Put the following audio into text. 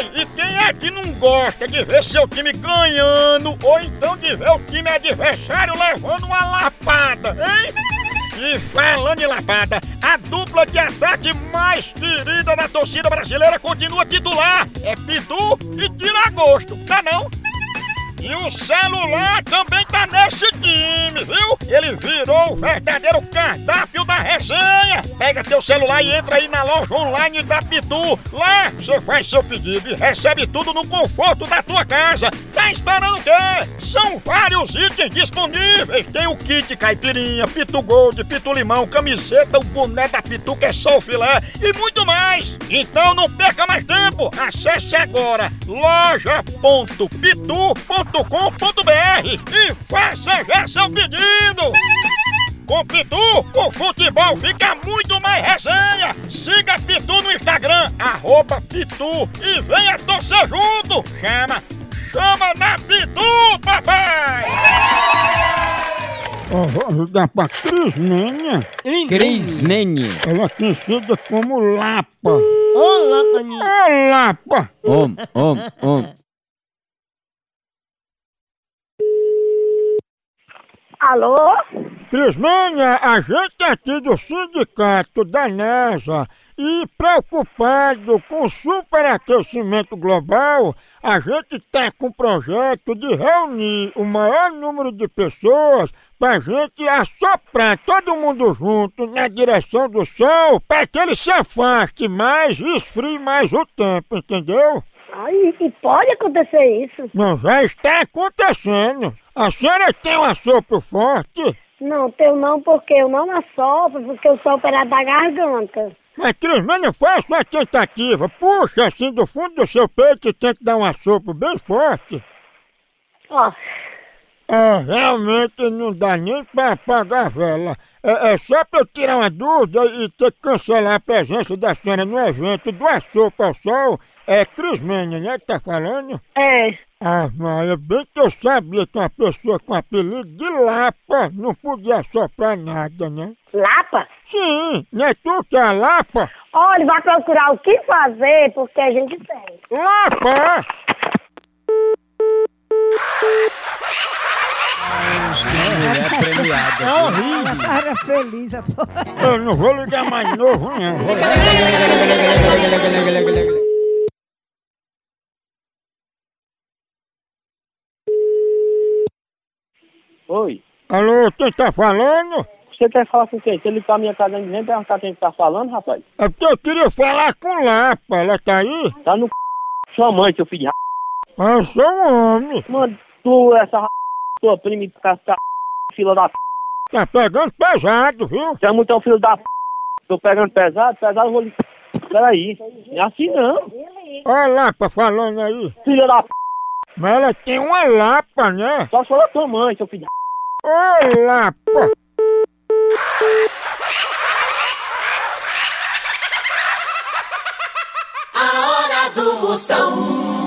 Ei, e quem é que não gosta de ver seu time ganhando ou então de ver o time adversário levando uma lapada, hein? E falando em lapada, a dupla de ataque mais querida da torcida brasileira continua titular. É Pitu e Tiragosto, tá não? E o celular também tá nesse time, viu? Ele virou o verdadeiro cardápio da resenha. Pega teu celular e entra aí na loja online da Pitu. Lá você faz seu pedido e recebe tudo no conforto da tua casa. Tá esperando o quê? São vários itens disponíveis. Tem o kit caipirinha, Pitu Gold, Pitu Limão, camiseta, o boné da Pitu que é só o filé e muito mais. Então não perca mais tempo. Acesse agora loja.pitu.com.br e faça já seu pedido! Com Pitu, o futebol fica muito mais resenha! Siga Pitu no Instagram, @Pitu e venha torcer junto! Chama na Pitu, papai! Vou ligar pra Crismênia. Crismênia. Ela é conhecida como Lapa. Ô, Lapaninha. Ô, Lapa! Alô? Crismênia, a gente aqui do sindicato da NASA e preocupado com o superaquecimento global, a gente está com o projeto de reunir o maior número de pessoas para a gente assoprar todo mundo junto na direção do sol para que ele se afaste mais e esfrie mais o tempo, entendeu? Ai, e pode acontecer isso? Não, já está acontecendo. A senhora tem um assopro forte? Não, teu não, porque eu não assopro, porque eu sou operada da garganta. Mas, Crismênia, faça uma tentativa. Puxa assim do fundo do seu peito e tenta dar um assopro bem forte. Ó. Realmente não dá nem pra apagar a vela. É só pra eu tirar uma dúvida e ter que cancelar a presença da senhora no evento do assopro ao sol. É Crismênia, né, que tá falando? É. Maria, bem que eu sabia que uma pessoa com apelido de Lapa não podia assoprar nada, né? Lapa? Sim, não é tu que é a Lapa? Olha, vai procurar o que fazer, porque a gente tem. Lapa! Premiada. É horrível. Cara feliz, a porra. Eu não vou ligar mais novo, não. Oi, Alô, quem tá falando? você quer falar com quem? Se ele tá na minha casa, nem perguntar quem tá falando, rapaz. É porque eu queria falar com Lapa, ela tá aí? Tá no sua mãe, seu filho de Eu sou um homem. Mano, tu, essa tua prima, fila da Tá pegando pesado, viu? Você é muito filho da Tô pegando pesado, eu vou lhe... Peraí, não é assim não. Olha a Lapa falando aí. Filha da Mas ela tem uma Lapa, né? só fala tua mãe, seu filho de Ô, Lapa! A hora do Moção.